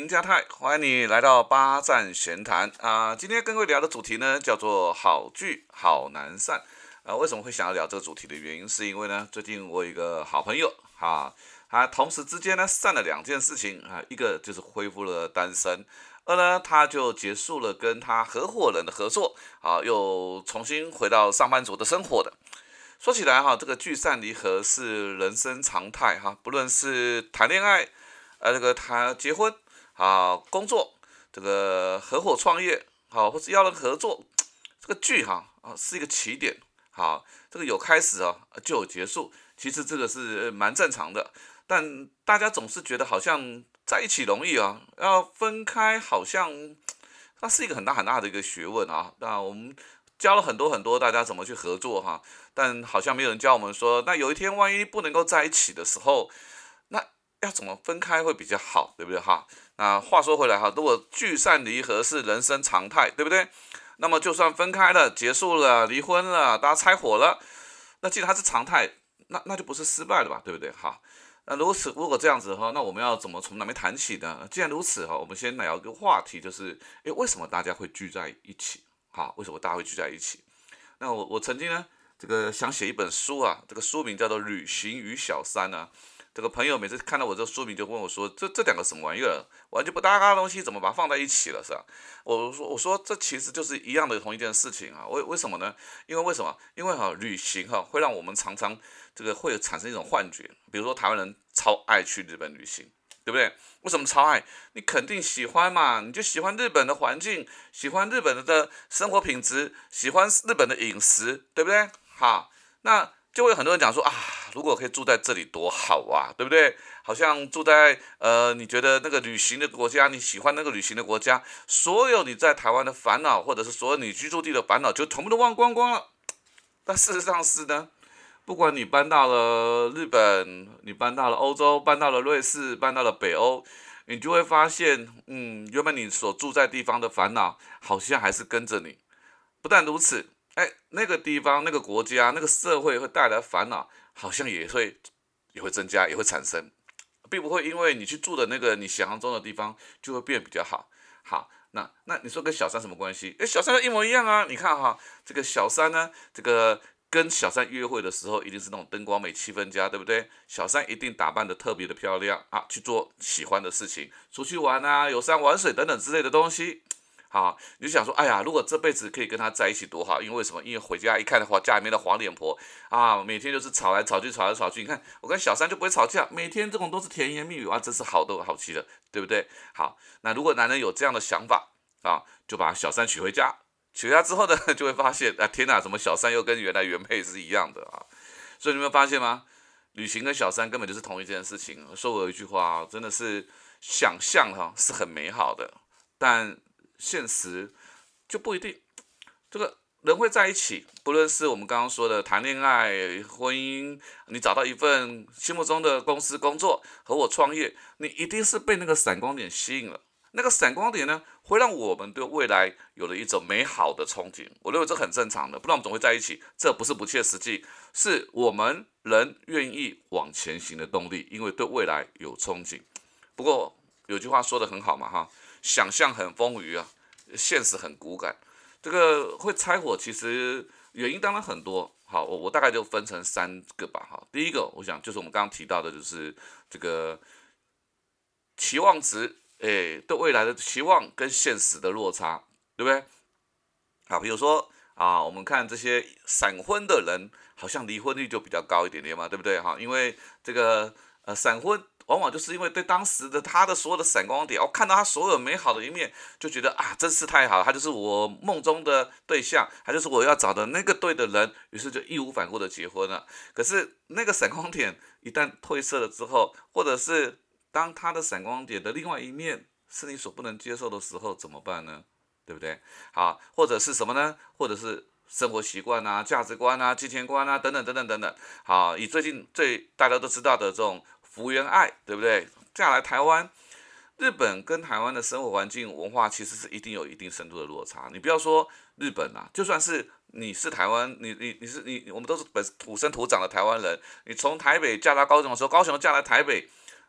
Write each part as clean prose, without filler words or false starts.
林家泰，欢迎你来到八站闲谈今天跟各位聊的主题呢，叫做好聚好难散。为什么会想要聊这个主题的原因，是因为呢，最近我有一个好朋友他同时之间呢散了两件事情一个就是恢复了单身，二呢他就结束了跟他合伙人的合作又重新回到上班族的生活的。说起来这个聚散离合是人生常态不论是谈恋爱，这个他结婚工作，这个合伙创业或是要人合作，这个聚是一个起点，这个有开始就有结束，其实这个是蛮正常的，但大家总是觉得好像在一起容易要分开好像它是一个很大很大的一个学问那我们教了很多很多大家怎么去合作但好像没有人教我们说，那有一天万一不能够在一起的时候，那要怎么分开会比较好，对不对那话说回来如果聚散离合是人生常态，对不对？那么就算分开了、结束了、离婚了、大家拆伙了，那既然它是常态，那就不是失败了吧，对不对那如果这样子那我们要怎么从哪边谈起呢？既然如此我们先聊一个话题，就是为什么大家会聚在一起？为什么大家会聚在一起？那我曾经呢，这个想写一本书这个书名叫做《旅行与小三》这个朋友每次看到我这个书名就问我说，这两个什么玩意儿，完全不搭嘎的东西，怎么把它放在一起了是吧？我说这其实就是一样的同一件事情为什么呢？为什么？因为旅行会让我们常常这个会产生一种幻觉，比如说台湾人超爱去日本旅行，对不对？为什么超爱？你肯定喜欢嘛，你就喜欢日本的环境，喜欢日本的生活品质，喜欢日本的饮食，对不对？那就会有很多人讲说如果可以住在这里多好对不对？好像住在你觉得那个旅行的国家，你喜欢那个旅行的国家，所有你在台湾的烦恼，或者是所有你居住地的烦恼，就全部都忘光光了。但事实上是呢，不管你搬到了日本，你搬到了欧洲，搬到了瑞士，搬到了北欧，你就会发现，原本你所住在地方的烦恼，好像还是跟着你。不但如此，那个地方、那个国家、那个社会会带来烦恼，好像也会增加，也会产生，并不会因为你去住的那个你想象中的地方就会变比较好。那你说跟小三什么关系？小三一模一样你看这个小三呢，这个跟小三约会的时候，一定是那种灯光美、气氛佳，对不对？小三一定打扮得特别的漂亮去做喜欢的事情，出去玩游山玩水等等之类的东西。你就想说，哎呀，如果这辈子可以跟他在一起多好，因为什么？因为回家一看的话，家里面的黄脸婆每天就是吵来吵去，吵来吵去。你看我跟小三就不会吵架，每天这种都是甜言蜜语真是好的好气的，对不对？那如果男人有这样的想法就把小三娶回家，娶回家之后呢，就会发现天哪，怎么小三又跟原来原配是一样的所以你有没有发现吗？旅行跟小三根本就是同一件事情。说我有一句话真的是想象是很美好的，但现实就不一定。这个人会在一起，不论是我们刚刚说的谈恋爱、婚姻，你找到一份心目中的公司工作，和我创业，你一定是被那个闪光点吸引了。那个闪光点呢，会让我们对未来有了一种美好的憧憬。我认为这很正常的，不然我们总会在一起。这不是不切实际，是我们人愿意往前行的动力，因为对未来有憧憬。不过有句话说得很好嘛想象很丰腴现实很骨感。这个会拆伙，其实原因当然很多。我大概就分成三个吧。第一个，我想就是我们刚刚提到的，就是这个期望值，对未来的期望跟现实的落差，对不对？比如说我们看这些闪婚的人，好像离婚率就比较高一点点嘛，对不对因为这个闪婚往往就是因为对当时的他的所有的闪光点，看到他所有美好的一面，就觉得真是太好了，他就是我梦中的对象，他就是我要找的那个对的人，于是就义无反顾的结婚了。可是那个闪光点一旦褪色了之后，或者是当他的闪光点的另外一面是你所不能接受的时候，怎么办呢？对不对？或者是什么呢？或者是生活习惯价值观金钱观等等等等等等。以最近大家都知道的这种福原爱，对不对？嫁来台湾，日本跟台湾的生活环境文化其实是一定有一定程度的落差。你不要说日本就算是你是台湾，我们都是土生土长的台湾人，你从台北嫁到高雄的时候，高雄嫁来台北，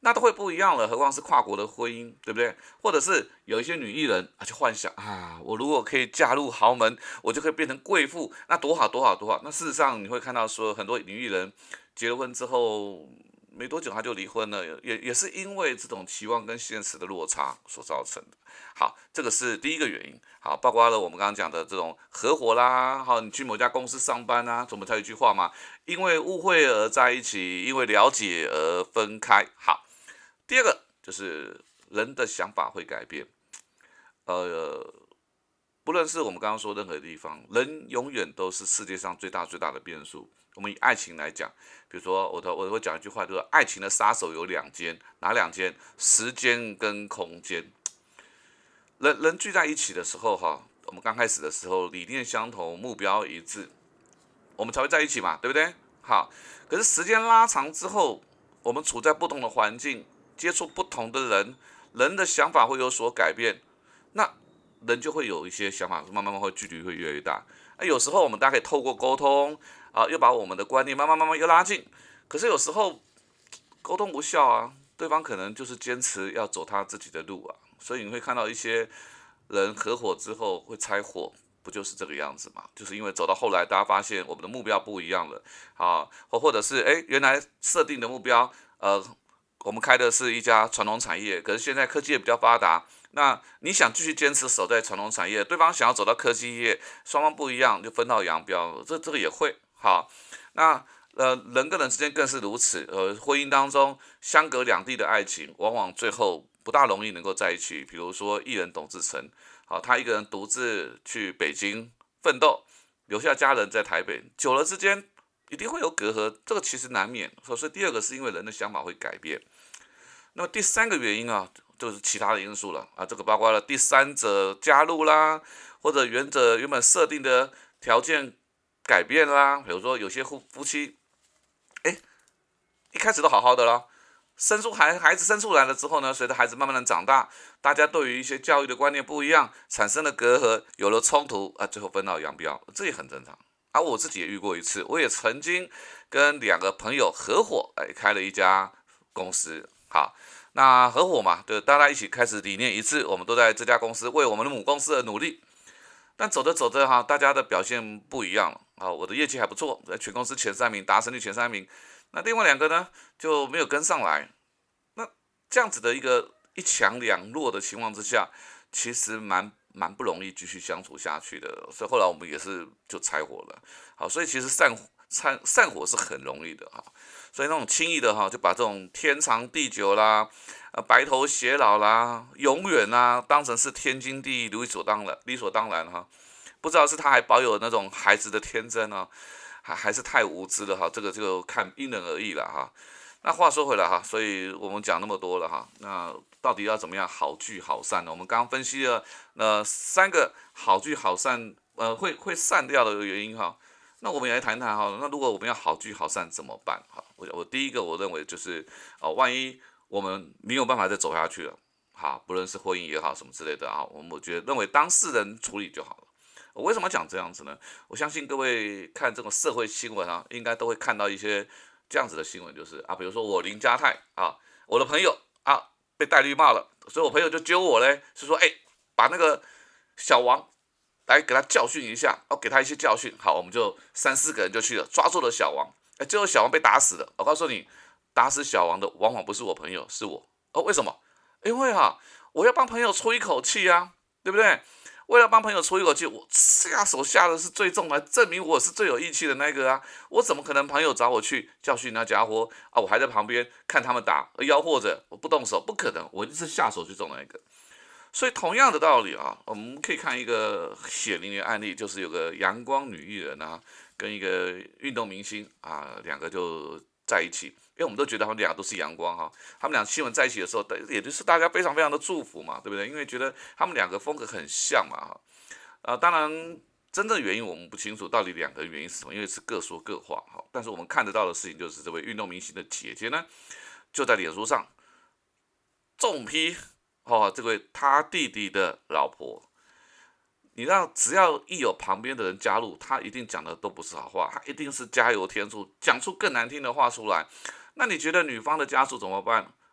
那都会不一样了，何况是跨国的婚姻，对不对？或者是有一些女艺人就幻想我如果可以嫁入豪门，我就可以变成贵妇，那多好多好多好。那事实上你会看到说，很多女艺人结了婚之后没多久她就离婚了，也是因为这种期望跟现实的落差所造成的。好，这个是第一个原因。好，包括了我们刚刚讲的这种合伙啦，好，你去某家公司上班啊，我们才有一句话嘛，因为误会而在一起，因为了解而分开。好。第二个就是人的想法会改变，不论是我们刚刚说任何地方，人永远都是世界上最大最大的变数。我们以爱情来讲，比如说我会讲一句话，就是爱情的杀手有两间，哪两间？时间跟空间。人聚在一起的时候，我们刚开始的时候理念相同，目标一致，我们才会在一起嘛，对不对？好，可是时间拉长之后，我们处在不同的环境，接触不同的人，人的想法会有所改变，那人就会有一些想法，慢慢会距离会越来越大。有时候我们大家可以透过沟通又把我们的观念慢慢又拉近。可是有时候沟通无效对方可能就是坚持要走他自己的路所以你会看到一些人合伙之后会拆伙，不就是这个样子嘛？就是因为走到后来，大家发现我们的目标不一样了或者是原来设定的目标我们开的是一家传统产业，可是现在科技也比较发达，那你想继续坚持守在传统产业，对方想要走到科技业，双方不一样就分道扬镳，这个也会好。那人跟人之间更是如此，婚姻当中相隔两地的爱情，往往最后不大容易能够在一起。比如说艺人董志成，他一个人独自去北京奋斗，留下家人在台北，久了之间一定会有隔阂，这个其实难免。所以第二个是因为人的想法会改变。那么第三个原因就是其他的因素了这个包括了第三者加入啦，或者原本设定的条件改变啦，比如说有些夫妻，一开始都好好的啦，孩子生出来了之后呢，随着孩子慢慢的长大，大家对于一些教育的观念不一样，产生了隔阂，有了冲突最后分道扬镳，这也很正常。我自己也遇过一次，我也曾经跟两个朋友合伙开了一家公司。好，那合伙嘛，对，大家一起开始理念一致，我们都在这家公司为我们的母公司而努力。但走着走着大家的表现不一样了我的业绩还不错，在全公司前3名，达成率前3名。那另外两个呢就没有跟上来。那这样子的一强两弱的情况之下，其实蛮不容易继续相处下去的。所以后来我们也是就拆伙了。好，所以其实散伙是很容易的所以那种轻易的就把这种天长地久啦、白头偕老啦、永远当成是天经地义、理所当然不知道是他还保有那种孩子的天真还是太无知了这个就看因人而异了那话说回来所以我们讲那么多了那到底要怎么样好聚好散呢？我们刚刚分析了3个好聚好散会散掉的原因那我们也来谈谈那如果我们要好聚好散怎么办我第一个我认为就是万一我们没有办法再走下去了不论是婚姻也好什么之类的我认为当事人处理就好了。我为什么讲这样子呢？我相信各位看这种社会新闻应该都会看到一些这样子的新闻，就是比如说我林家泰我的朋友被戴绿帽了，所以我朋友就揪我嘞，是说把那个小王来给他教训一下，给他一些教训。好，我们就3-4个人就去了，抓住了小王。结果小王被打死了。我告诉你，打死小王的往往不是我朋友，是我。为什么？因为我要帮朋友出一口气对不对？为了帮朋友出一口气，我下手下的是最重的，证明我是最有义气的那个我怎么可能朋友找我去教训那家伙我还在旁边看他们打，吆喝着我不动手，不可能，我一定是下手最重的那个。所以同样的道理我们可以看一个血淋淋的案例，就是有个阳光女艺人跟一个运动明星两个就在一起。因为我们都觉得他们俩都是阳光他们俩新闻在一起的时候，也就是大家非常非常的祝福嘛，对不对？因为觉得他们两个风格很像嘛当然真正原因我们不清楚，到底两个原因是什么，因为是各说各话但是我们看得到的事情就是这位运动明星的姐姐呢，就在脸书上重批这位他弟弟的老婆。你让只要一有旁边的人加入，他一定讲的都不是好话，他一定是加油添醋，讲出更难听的话出来。那你觉得女方的家属怎么办？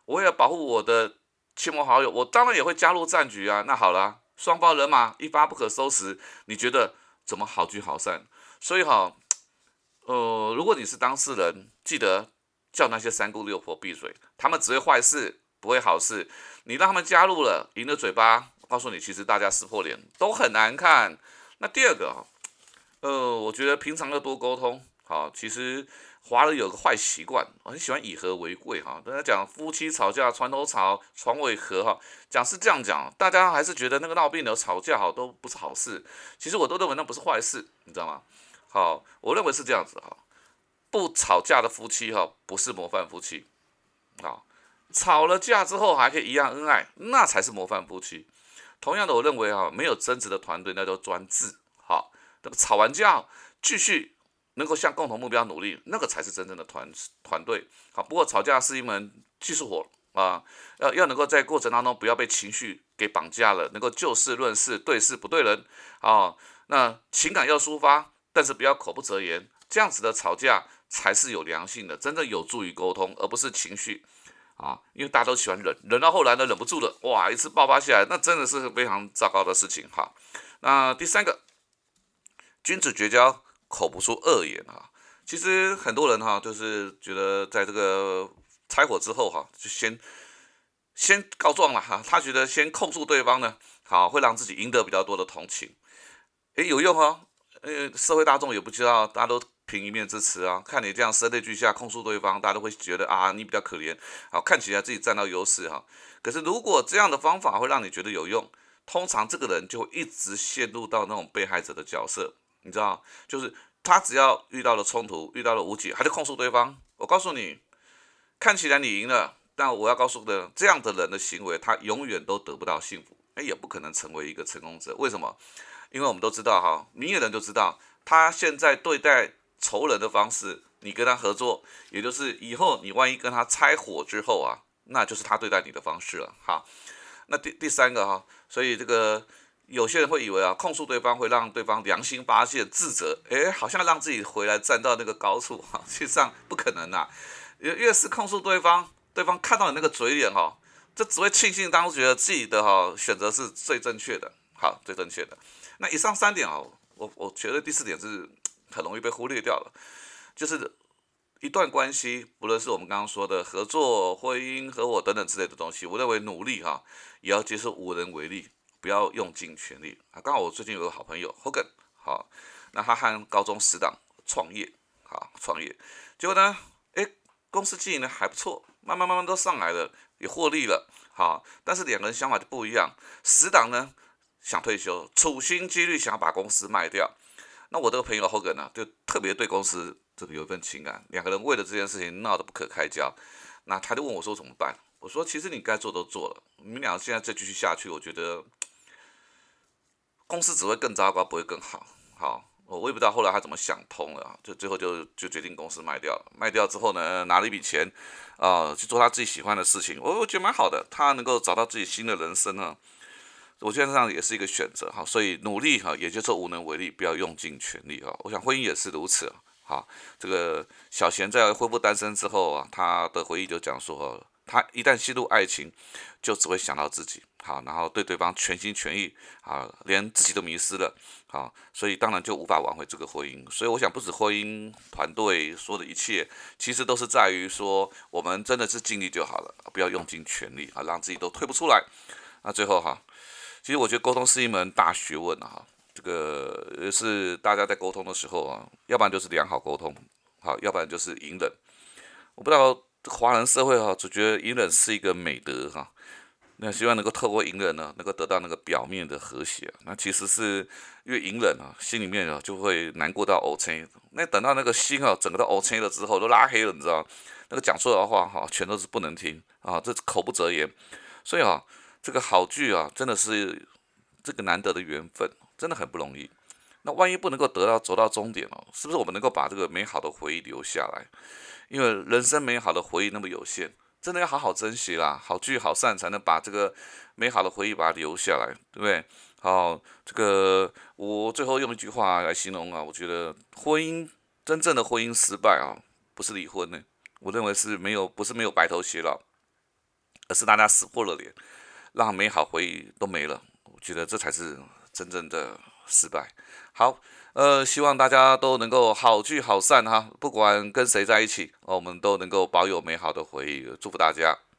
我为了保护我的亲朋好友，我当然也会加入战局啊。那好了，双方人马一发不可收拾，你觉得怎么好聚好散？所以如果你是当事人，记得叫那些三姑六婆闭嘴，他们只会坏事，不会好事。你让他们加入了，赢了嘴巴，我告诉你，其实大家撕破脸都很难看。那第二个我觉得平常要多沟通。好，其实华人有个坏习惯，很喜欢以和为贵哈。大家讲夫妻吵架，床头吵，床尾和哈，讲是这样讲，大家还是觉得那个闹别扭、吵架好都不是好事。其实我都认为那不是坏事，你知道吗？好，我认为是这样子哈。不吵架的夫妻哈，不是模范夫妻。好，吵了架之后还可以一样恩爱，那才是模范夫妻。同样的，我认为没有争执的团队那叫专制。好，那么吵完架继续能够向共同目标努力，那个才是真正的团队。好，不过吵架是一门技术活啊，要能够在过程当中不要被情绪给绑架了，能够就事论事，对事不对人啊。那情感要抒发，但是不要口不择言，这样子的吵架才是有良性的，真正有助于沟通，而不是情绪。因为大家都喜欢忍，忍到后来呢，忍不住了，哇，一次爆发下来，那真的是非常糟糕的事情。好，那第三个，君子绝交，口不出恶言其实很多人就是觉得在这个拆伙之后就先告状了他觉得先控诉对方呢，好，会让自己赢得比较多的同情。有用社会大众也不知道，大家都凭一面之词看你这样声泪俱下控诉对方，大家都会觉得你比较可怜，好，看起来自己占到优势可是如果这样的方法会让你觉得有用，通常这个人就会一直陷入到那种被害者的角色，你知道，就是他只要遇到了冲突，遇到了无解，他就控诉对方。我告诉你，看起来你赢了，但我要告诉的，这样的人的行为，他永远都得不到幸福，也不可能成为一个成功者。为什么？因为我们都知道明眼人就知道，他现在对待仇人的方式，你跟他合作，也就是以后你万一跟他拆伙之后那就是他对待你的方式了。好，那第三个所以这个有些人会以为控诉对方会让对方良心发现、自责，好像让自己回来站到那个高处实际上不可能越是控诉对方，对方看到你那个嘴脸这只会庆幸当初觉得自己的选择是最正确的，好，最正确的。那以上三点我觉得第四点是很容易被忽略掉了，就是一段关系，不论是我们刚刚说的合作、婚姻、合伙等等之类的东西，我认为努力也要接受无能为力，不要用尽全力刚好我最近有个好朋友 Hogan， 好，那他和高中死党创业，结果呢，公司经营的还不错，慢慢都上来了，也获利了，好，但是两个人想法就不一样，死党呢想退休，处心积虑想要把公司卖掉。那我这个朋友 Hogan 就特别对公司这个有一份情感，两个人为了这件事情闹得不可开交。那他就问我说怎么办？我说其实你该做都做了，你们俩现在再继续下去，我觉得公司只会更糟糕，不会更好。好，我也不知道后来他怎么想通了就最后就决定公司卖掉了。卖掉之后呢，拿了一笔钱去做他自己喜欢的事情，我觉得蛮好的，他能够找到自己新的人生我觉得这样也是一个选择所以努力也就是无能为力，不要用尽全力我想婚姻也是如此这个小贤在恢复单身之后他的回忆就讲说他一旦陷入爱情，就只会想到自己然后对对方全心全意连自己都迷失了所以当然就无法挽回这个婚姻。所以我想，不止婚姻团队说的一切，其实都是在于说，我们真的是尽力就好了，不要用尽全力让自己都退不出来。那最后其实我觉得沟通是一门大学问这个是大家在沟通的时候要不然就是良好沟通，要不然就是隐忍。我不知道华人社会只觉得隐忍是一个美德那希望能够透过隐忍呢，能够得到那个表面的和谐那其实是越隐忍心里面就会难过到呕青。那等到那个心整个都呕青了之后，都拉黑了，你知道，那个讲出来的话全都是不能听这口不择言。所以这个好聚真的是这个难得的缘分，真的很不容易。那万一不能够走到终点是不是我们能够把这个美好的回忆留下来？因为人生美好的回忆那么有限，真的要好好珍惜啦，好聚好散才能把这个美好的回忆把它留下来，对不对？这个我最后用一句话来形容我觉得真正的婚姻失败不是离婚呢，我认为不是没有白头偕老， 而是大家撕破了脸，让美好回忆都没了。我觉得这才是真正的失败。好，希望大家都能够好聚好散哈，不管跟谁在一起，我们都能够保有美好的回忆。祝福大家。